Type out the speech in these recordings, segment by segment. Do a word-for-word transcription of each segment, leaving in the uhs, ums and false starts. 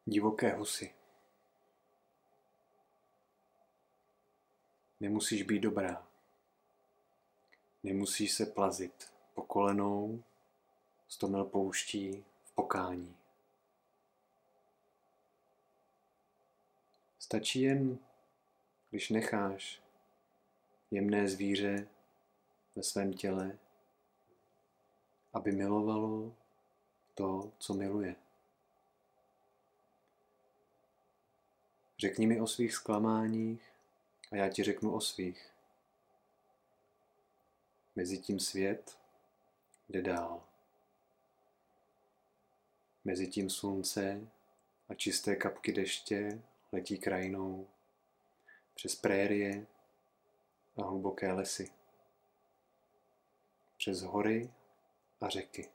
Divoké husy. Nemusíš být dobrá. Nemusíš se plazit po kolenou sto mil pouští v pokání. Stačí jen, když necháš jemné zvíře ve svém těle, aby milovalo to, co miluje. Řekni mi o svých zklamáních a já ti řeknu o svých. Mezitím svět jde dál. Mezitím slunce a čisté kapky deště letí krajinou přes prérie a hluboké lesy, přes hory a řeky.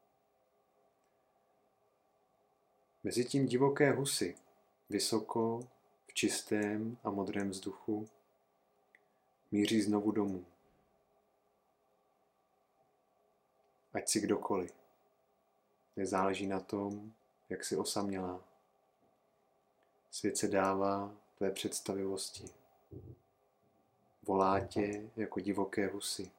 Mezitím divoké husy vysoko v čistém a modrém vzduchu míří znovu domů. Ať si kdokoliv. Nezáleží na tom, jak jsi osamělá. Svět se dává tvé představivosti. Volá tě jako divoké husy.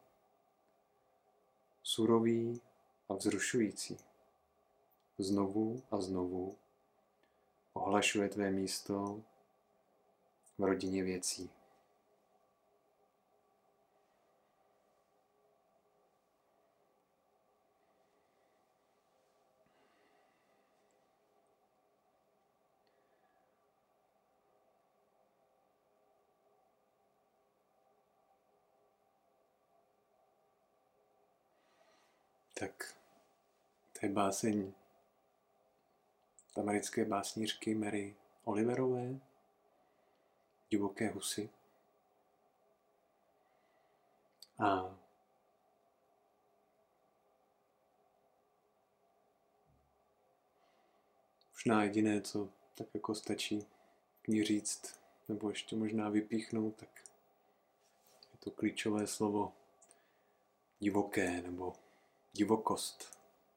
Surový a vzrušující. Znovu a znovu ohlašuje tvé místo v rodině věcí. Tak to je báseň americké básnířky Mary Oliverové, Divoké husy. A možná jediné, co tak jako stačí k ní říct, nebo ještě možná vypíchnout, tak je to klíčové slovo divoké, nebo divokost,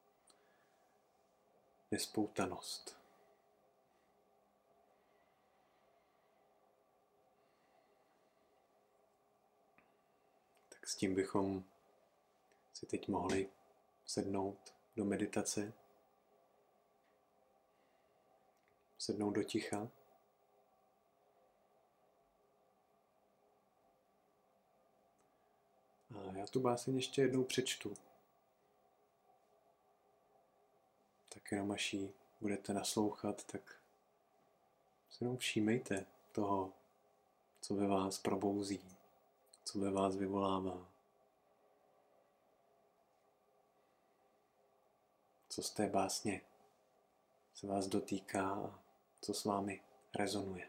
nespoutanost. Tak s tím bychom si teď mohli sednout do meditace, sednout do ticha. A já tu báseň ještě jednou přečtu. Tak jenom až ji budete naslouchat, tak si jenom všímejte toho, co ve vás probouzí, co ve vás vyvolává. Co z té básně se vás dotýká a co s vámi rezonuje.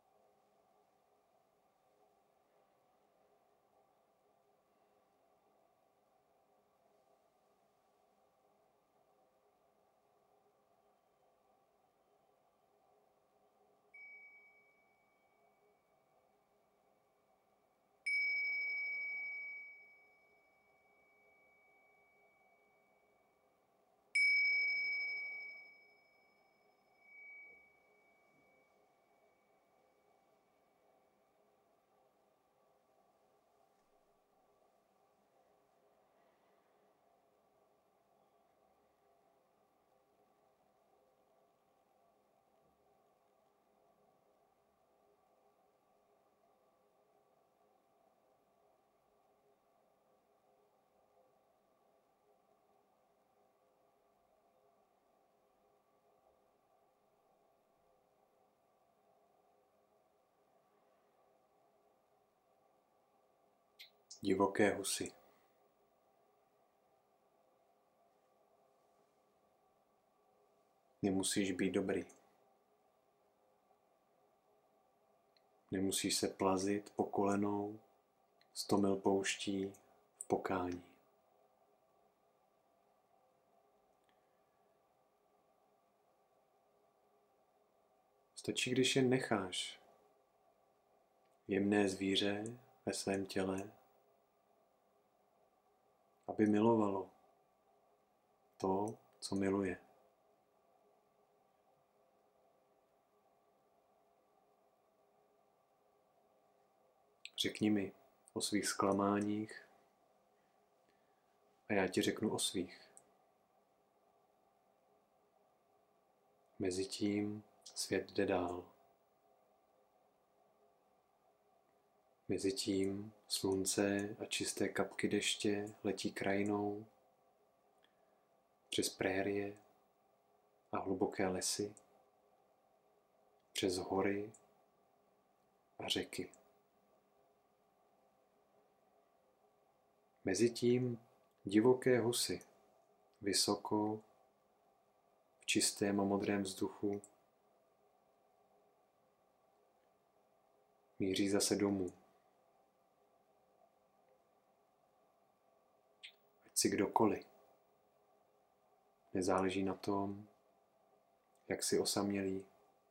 Divoké husy. Nemusíš být dobrý. Nemusíš se plazit po kolenou sto mil pouští v pokání. Stačí, když jen necháš jemné zvíře ve svém těle, aby milovalo to, co miluje. Řekni mi o svých zklamáních a já ti řeknu o svých. Mezitím svět jde dál. Mezitím slunce a čisté kapky deště letí krajinou přes prérie a hluboké lesy, přes hory a řeky. Mezitím divoké husy vysoko v čistém a modrém vzduchu míří zase domů. Ať si kdokoliv. Nezáleží na tom, jak jsi osamělý.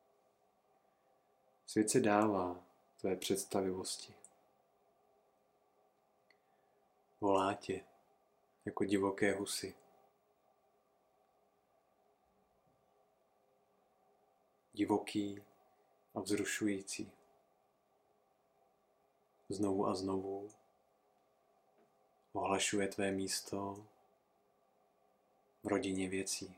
Svět se dává tvé představivosti. Volá tě jako divoké husy. Divoký a vzrušující. Znovu a znovu ohlašuje tvé místo v rodině věcí.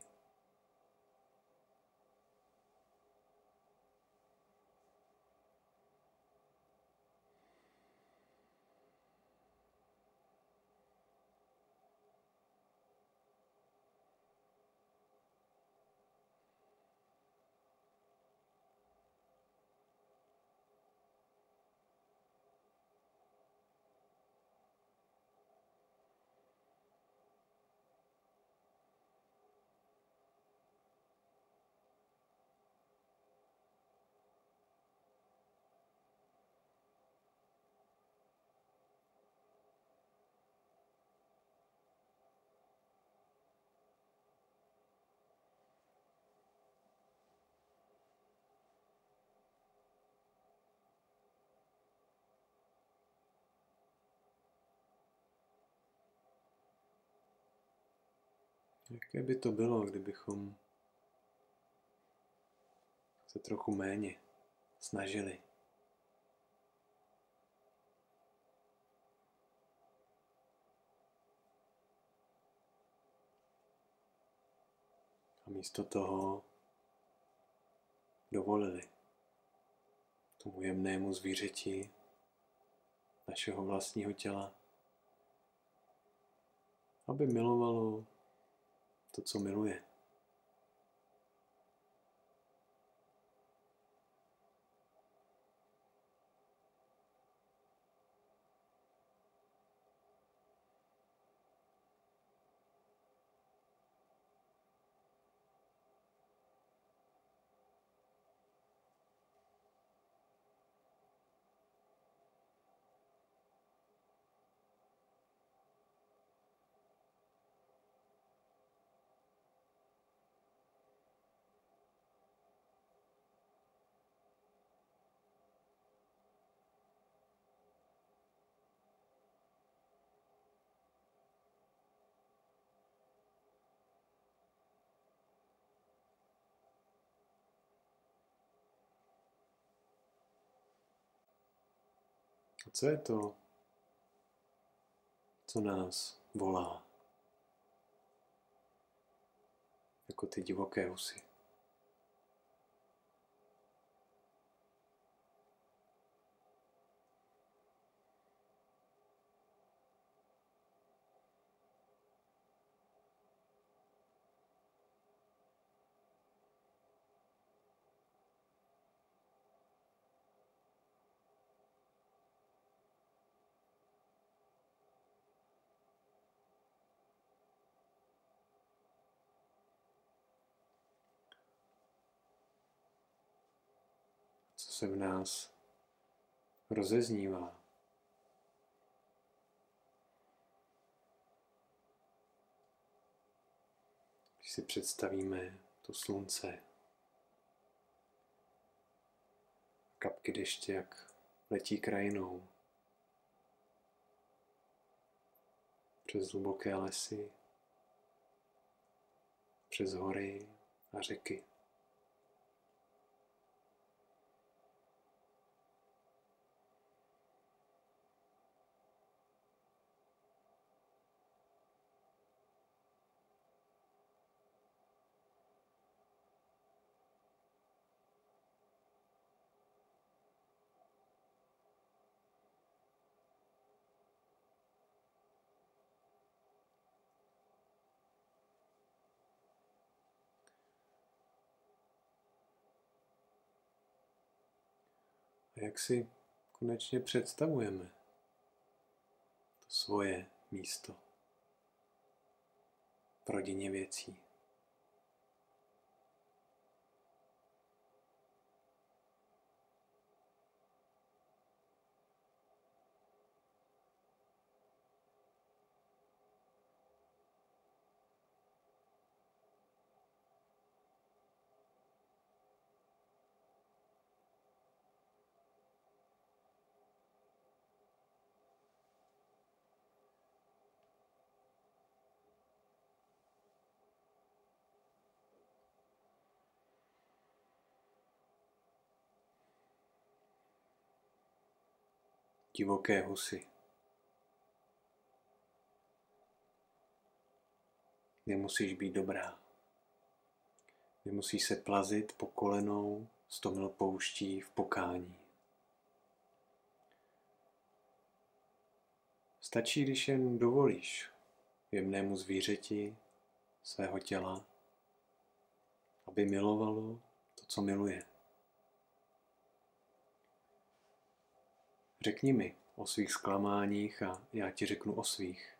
Jaké by to bylo, kdybychom se trochu méně snažili? A místo toho dovolili tomu jemnému zvířeti našeho vlastního těla, aby milovalo to, co miluje. A co je to, co nás volá? Jako ty divoké husy. Co se v nás rozeznívá. Když si představíme to slunce, kapky deště, jak letí krajinou přes hluboké lesy, přes hory a řeky. Jak si konečně představujeme to svoje místo v rodině věcí. Divoké husy. Nemusíš být dobrá. Nemusíš se plazit po kolenou sto mil pouští v pokání. Stačí, když jen dovolíš jemnému zvířeti svého těla, aby milovalo to, co miluje. Řekni mi o svých zklamáních a já ti řeknu o svých.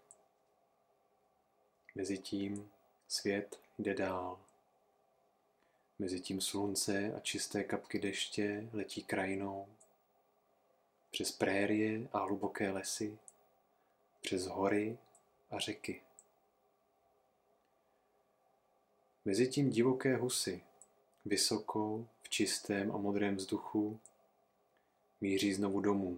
Mezitím svět jde dál. Mezitím slunce a čisté kapky deště letí krajinou. Přes prérie a hluboké lesy, přes hory a řeky. Mezitím divoké husy, vysoko, v čistém a modrém vzduchu, míří znovu domů.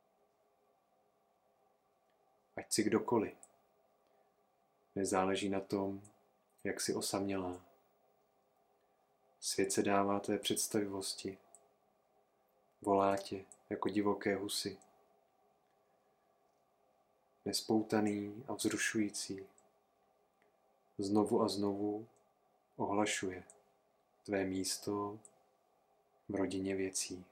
Ať si kdokoliv. Nezáleží na tom, jak jsi osamělá. Svět se dává tvé představivosti. Volá tě jako divoké husy. Nespoutaný a vzrušující. Znovu a znovu ohlašuje tvé místo v rodině věcí.